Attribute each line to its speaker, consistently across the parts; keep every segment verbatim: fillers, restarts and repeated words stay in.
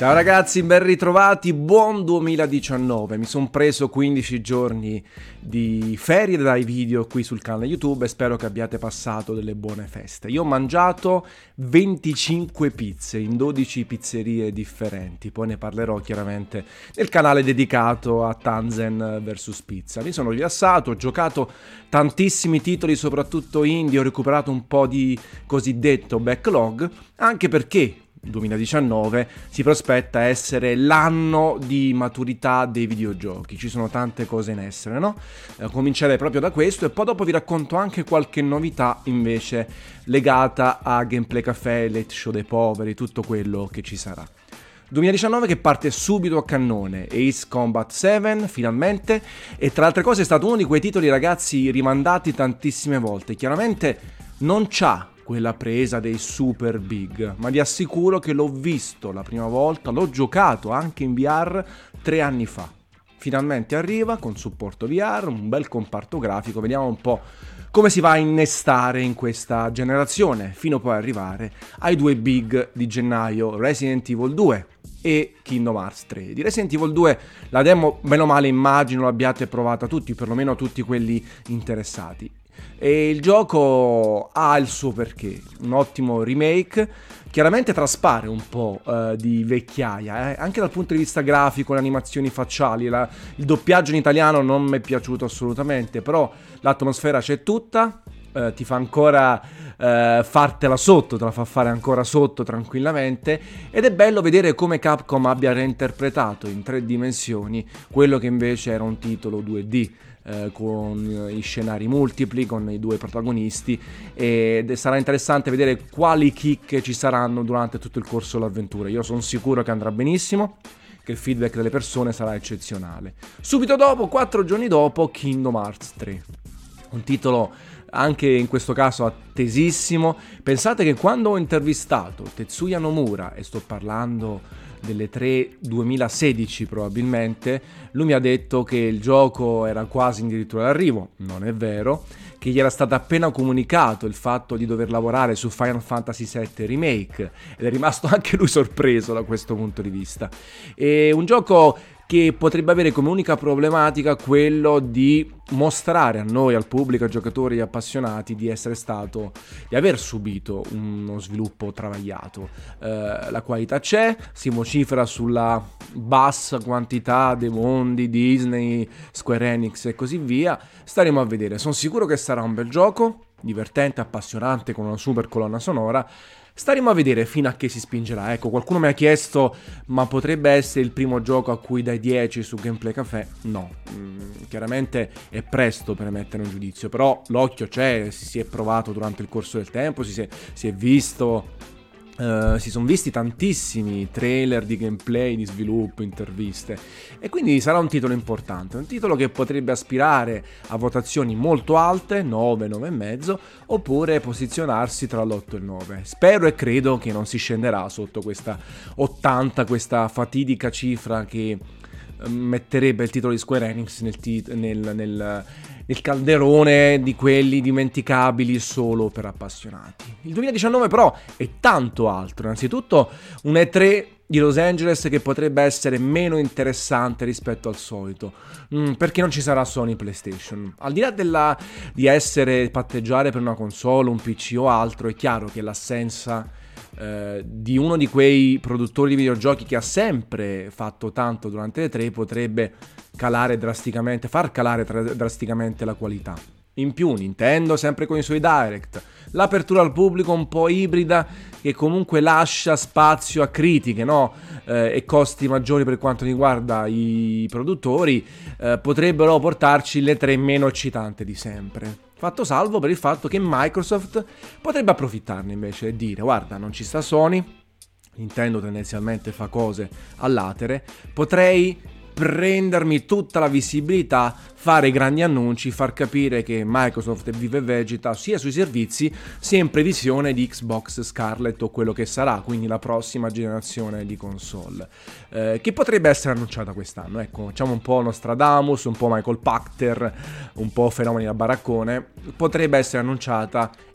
Speaker 1: Ciao ragazzi, ben ritrovati, buon duemiladiciannove. Mi sono preso quindici giorni di ferie dai video qui sul canale YouTube e spero che abbiate passato delle buone feste. Io ho mangiato venticinque pizze in dodici pizzerie differenti, poi ne parlerò chiaramente nel canale dedicato a Tanzen versus Pizza. Mi sono rilassato, ho giocato tantissimi titoli, soprattutto indie, ho recuperato un po' di cosiddetto backlog, anche perché duemiladiciannove si prospetta essere l'anno di maturità dei videogiochi, ci sono tante cose in essere, no? Eh, comincerei proprio da questo e poi dopo vi racconto anche qualche novità invece legata a Gameplay Café, Late Show dei poveri, tutto quello che ci sarà. duemiladiciannove che parte subito a cannone, Ace Combat sette finalmente, e tra altre cose è stato uno di quei titoli, ragazzi, rimandati tantissime volte. Chiaramente non c'ha quella presa dei super big, ma vi assicuro che l'ho visto la prima volta, l'ho giocato anche in V R tre anni fa. Finalmente arriva con supporto V R, un bel comparto grafico, vediamo un po' come si va a innestare in questa generazione, fino poi ad arrivare ai due big di gennaio, Resident Evil due e Kingdom Hearts tre. Di Resident Evil due la demo, bene o male, immagino l'abbiate provata tutti, perlomeno tutti quelli interessati. E il gioco ha il suo perché, un ottimo remake, chiaramente traspare un po' uh, di vecchiaia, eh? Anche dal punto di vista grafico, le animazioni facciali, la, il doppiaggio in italiano non mi è piaciuto assolutamente, però l'atmosfera c'è tutta, uh, ti fa ancora uh, fartela sotto, te la fa fare ancora sotto tranquillamente, ed è bello vedere come Capcom abbia reinterpretato in tre dimensioni quello che invece era un titolo due D. Eh, con i scenari multipli, con i due protagonisti, ed sarà interessante vedere quali chicche ci saranno durante tutto il corso dell'avventura. Io sono sicuro che andrà benissimo, che il feedback delle persone sarà eccezionale. Subito dopo, quattro giorni dopo, Kingdom Hearts tre, un titolo anche in questo caso attesissimo. Pensate che quando ho intervistato Tetsuya Nomura, e sto parlando delle tre duemilasedici probabilmente, lui mi ha detto che il gioco era quasi addirittura d'arrivo. Non è vero, che gli era stato appena comunicato il fatto di dover lavorare su Final Fantasy sette Remake, ed è rimasto anche lui sorpreso da questo punto di vista. È un gioco che potrebbe avere come unica problematica quello di mostrare a noi, al pubblico, ai giocatori, agli appassionati, di essere stato, di aver subito uno sviluppo travagliato. Eh, la qualità c'è, si vocifera sulla bassa quantità dei mondi Disney, Square Enix e così via. Staremo a vedere, sono sicuro che sarà un bel gioco, divertente, appassionante, con una super colonna sonora. Staremo a vedere fino a che si spingerà. Ecco, qualcuno mi ha chiesto, ma potrebbe essere il primo gioco a cui dai dieci su Gameplay Café? No, mm, chiaramente è presto per emettere un giudizio, però l'occhio c'è, si, si è provato durante il corso del tempo, si, si, è, si è visto... Uh, si sono visti tantissimi trailer di gameplay, di sviluppo, interviste, e quindi sarà un titolo importante, un titolo che potrebbe aspirare a votazioni molto alte, nove, nove e mezzo, oppure posizionarsi tra l'otto e il nove. Spero e credo che non si scenderà sotto questa ottanta, questa fatidica cifra che metterebbe il titolo di Square Enix nel, tit- nel, nel, nel calderone di quelli dimenticabili solo per appassionati. Il duemiladiciannove però è tanto altro. Innanzitutto un E tre di Los Angeles che potrebbe essere meno interessante rispetto al solito, mm, perché non ci sarà Sony PlayStation. Al di là della, di essere patteggiare per una console, un P C o altro, è chiaro che l'assenza Uh, di uno di quei produttori di videogiochi che ha sempre fatto tanto durante le tre potrebbe calare drasticamente, far calare tra- drasticamente la qualità. In più Nintendo sempre con i suoi direct, l'apertura al pubblico un po' ibrida che comunque lascia spazio a critiche, no? eh, e costi maggiori per quanto riguarda i produttori, eh, potrebbero portarci le tre meno eccitanti di sempre. Fatto salvo per il fatto che Microsoft potrebbe approfittarne invece e dire: guarda, non ci sta Sony, Nintendo tendenzialmente fa cose all'atere, potrei prendermi tutta la visibilità, fare grandi annunci, far capire che Microsoft vive e vegeta sia sui servizi sia in previsione di Xbox Scarlett o quello che sarà, quindi la prossima generazione di console, eh, che potrebbe essere annunciata quest'anno. Ecco, facciamo un po' Nostradamus, un po' Michael Pachter, un po' fenomeni da baraccone, potrebbe essere annunciata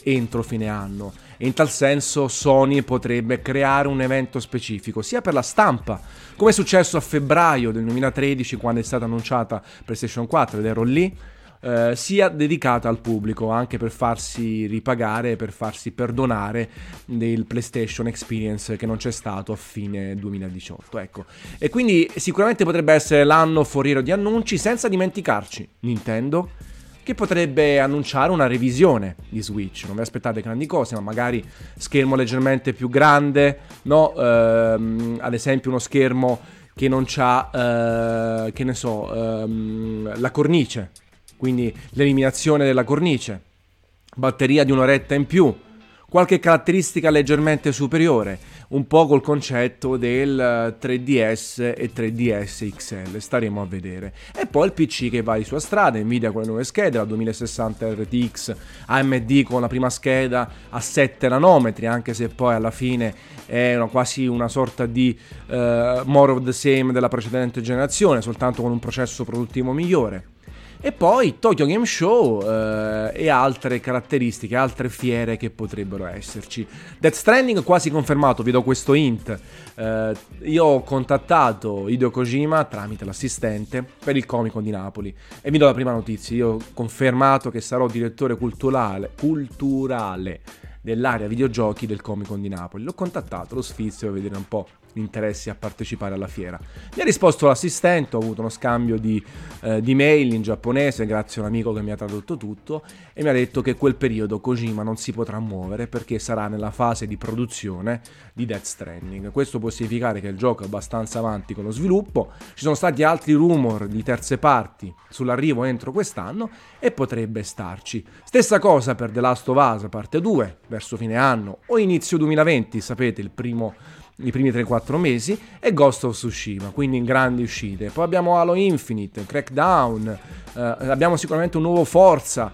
Speaker 1: entro fine anno. E in tal senso Sony potrebbe creare un evento specifico, sia per la stampa, come è successo a febbraio del duemilatredici quando è stata annunciata PlayStation quattro ed ero lì, eh, sia dedicata al pubblico, anche per farsi ripagare, per farsi perdonare del PlayStation Experience che non c'è stato a fine duemiladiciotto. Ecco. E quindi sicuramente potrebbe essere l'anno foriero di annunci, senza dimenticarci Nintendo, che potrebbe annunciare una revisione di Switch. Non vi aspettate grandi cose, ma magari schermo leggermente più grande, no? Ehm, ad esempio uno schermo che non c'ha, eh, che ne so, ehm, la cornice, quindi l'eliminazione della cornice, batteria di un'oretta in più, qualche caratteristica leggermente superiore, un po' col concetto del tre D S e tre D S X L, staremo a vedere. E poi il P C che va di sua strada, Nvidia con le nuove schede, la duemilasessanta R T X, A M D con la prima scheda a sette nanometri, anche se poi alla fine è una, quasi una sorta di uh, more of the same della precedente generazione, soltanto con un processo produttivo migliore. E poi Tokyo Game Show eh, e altre caratteristiche, altre fiere che potrebbero esserci. Death Stranding quasi confermato, vi do questo hint. Eh, io ho contattato Hideo Kojima tramite l'assistente per il Comic Con di Napoli e vi do la prima notizia. Io ho confermato che sarò direttore culturale, culturale dell'area videogiochi del Comic Con di Napoli. L'ho contattato, lo sfizio per vedere un po' interessi a partecipare alla fiera. Mi ha risposto l'assistente, ho avuto uno scambio di, eh, di mail in giapponese grazie a un amico che mi ha tradotto tutto e mi ha detto che quel periodo Kojima non si potrà muovere perché sarà nella fase di produzione di Death Stranding. Questo può significare che il gioco è abbastanza avanti con lo sviluppo, ci sono stati altri rumor di terze parti sull'arrivo entro quest'anno e potrebbe starci. Stessa cosa per The Last of Us parte due, verso fine anno o inizio duemilaventi, sapete, il primo i primi tre quattro mesi, e Ghost of Tsushima, quindi in grandi uscite. Poi abbiamo Halo Infinite, Crackdown, eh, abbiamo sicuramente un nuovo Forza,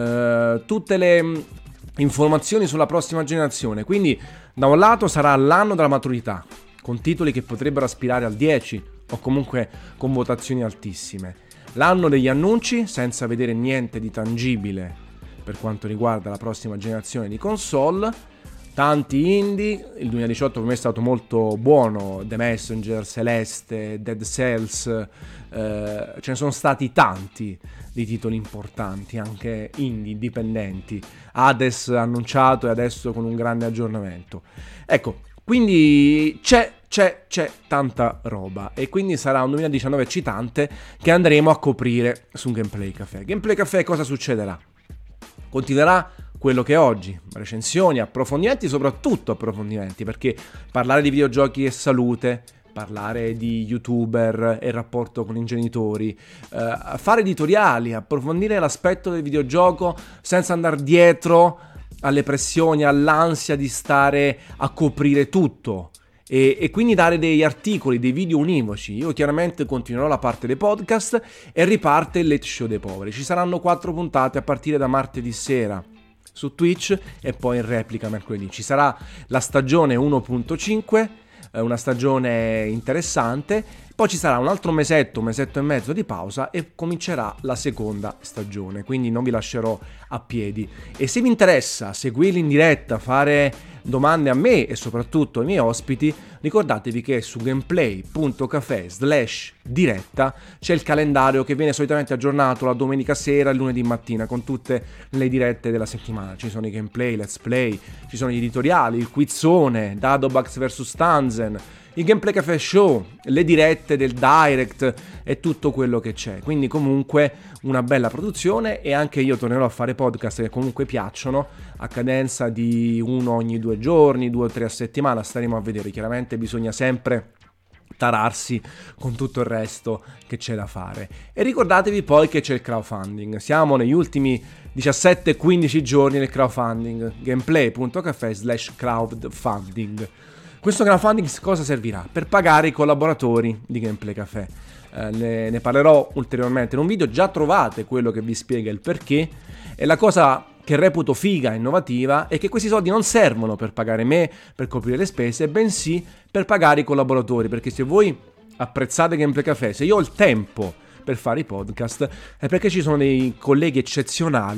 Speaker 1: eh, tutte le mh, informazioni sulla prossima generazione. Quindi da un lato sarà l'anno della maturità, con titoli che potrebbero aspirare al dieci o comunque con votazioni altissime. L'anno degli annunci, senza vedere niente di tangibile per quanto riguarda la prossima generazione di console. Tanti indie, il duemiladiciotto per me è stato molto buono, The Messenger, Celeste, Dead Cells, eh, ce ne sono stati tanti di titoli importanti, anche indie, indipendenti, Hades annunciato e adesso con un grande aggiornamento. Ecco, quindi c'è, c'è, c'è tanta roba e quindi sarà un duemiladiciannove eccitante che andremo a coprire su Gameplay Café. Gameplay Café cosa succederà? Continuerà quello che è oggi, recensioni, approfondimenti, soprattutto approfondimenti, perché parlare di videogiochi e salute, parlare di youtuber e rapporto con i genitori, eh, fare editoriali, approfondire l'aspetto del videogioco senza andare dietro alle pressioni, all'ansia di stare a coprire tutto. E, e quindi dare degli articoli, dei video univoci. Io chiaramente continuerò la parte dei podcast e riparte il Late Show dei poveri. Ci saranno quattro puntate a partire da martedì sera su Twitch e poi in replica mercoledì. Ci sarà la stagione uno punto cinque, una stagione interessante, poi ci sarà un altro mesetto, un mesetto e mezzo di pausa e comincerà la seconda stagione, quindi non vi lascerò a piedi. E se vi interessa seguirli in diretta, fare domande a me e soprattutto ai miei ospiti, ricordatevi che su gameplay.cafe slash diretta c'è il calendario che viene solitamente aggiornato la domenica sera e il lunedì mattina con tutte le dirette della settimana. Ci sono i gameplay, let's play, ci sono gli editoriali, il quizzone, Dadobax versus Tanzen, il Gameplay Café Show, le dirette del Direct e tutto quello che c'è. Quindi comunque una bella produzione e anche io tornerò a fare podcast che comunque piacciono a cadenza di uno ogni due giorni, due o tre a settimana, staremo a vedere. Chiaramente bisogna sempre tararsi con tutto il resto che c'è da fare. E ricordatevi poi che c'è il crowdfunding. Siamo negli ultimi diciassette quindici giorni del crowdfunding. Gameplay.cafe slash crowdfunding. Questo crowdfunding cosa servirà? Per pagare i collaboratori di Gameplay Café. Eh, ne, ne parlerò ulteriormente in un video, già trovate quello che vi spiega il perché. E la cosa che reputo figa e innovativa è che questi soldi non servono per pagare me, per coprire le spese, bensì per pagare i collaboratori, perché se voi apprezzate Gameplay Café, se io ho il tempo per fare i podcast, è perché ci sono dei colleghi eccezionali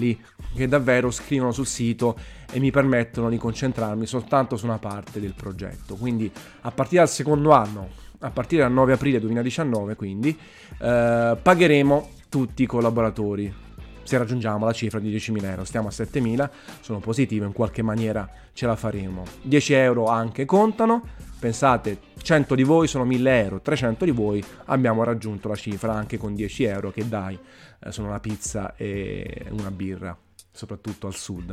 Speaker 1: che davvero scrivono sul sito e mi permettono di concentrarmi soltanto su una parte del progetto. Quindi a partire dal secondo anno, a partire dal nove aprile duemiladiciannove, quindi eh, pagheremo tutti i collaboratori se raggiungiamo la cifra di diecimila euro. Stiamo a settemila, sono positivo, in qualche maniera ce la faremo. dieci euro anche contano, pensate, cento di voi sono mille euro, trecento di voi abbiamo raggiunto la cifra anche con dieci euro, che dai, eh, sono una pizza e una birra, soprattutto al sud.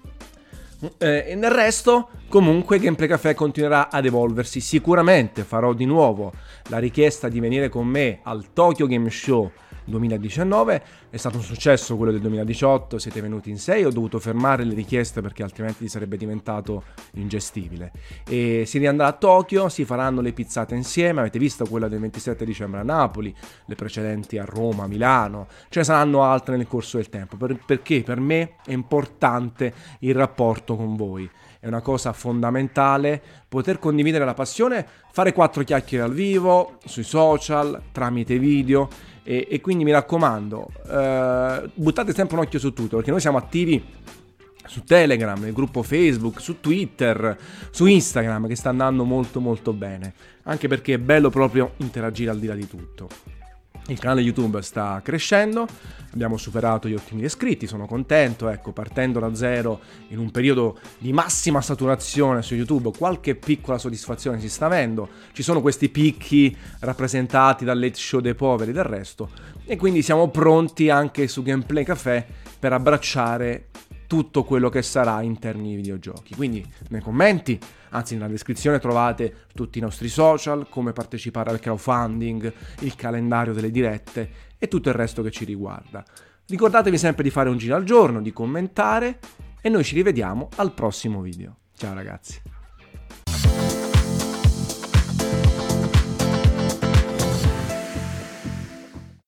Speaker 1: Eh, e nel resto, comunque, Gameplay Café continuerà ad evolversi. Sicuramente farò di nuovo la richiesta di venire con me al Tokyo Game Show duemiladiciannove. È stato un successo quello del duemiladiciotto, siete venuti in sei, ho dovuto fermare le richieste perché altrimenti sarebbe diventato ingestibile. E si riandrà a Tokyo, si faranno le pizzate insieme, avete visto quella del ventisette dicembre a Napoli, le precedenti a Roma, Milano, ce ne saranno altre nel corso del tempo, per, perché per me è importante il rapporto con voi. È una cosa fondamentale poter condividere la passione, fare quattro chiacchiere al vivo, sui social, tramite video e, e quindi mi raccomando, eh, buttate sempre un occhio su tutto, perché noi siamo attivi su Telegram, nel gruppo Facebook, su Twitter, su Instagram, che sta andando molto molto bene, anche perché è bello proprio interagire al di là di tutto. Il canale YouTube sta crescendo, abbiamo superato gli ottomila iscritti, sono contento, ecco, partendo da zero in un periodo di massima saturazione su YouTube, qualche piccola soddisfazione si sta avendo, ci sono questi picchi rappresentati dal late show dei poveri e del resto, e quindi siamo pronti anche su Gameplay Café per abbracciare tutto quello che sarà in termini di videogiochi. Quindi nei commenti, anzi nella descrizione, trovate tutti i nostri social, come partecipare al crowdfunding, il calendario delle dirette e tutto il resto che ci riguarda. Ricordatevi sempre di fare un giro al giorno, di commentare e noi ci rivediamo al prossimo video. Ciao ragazzi!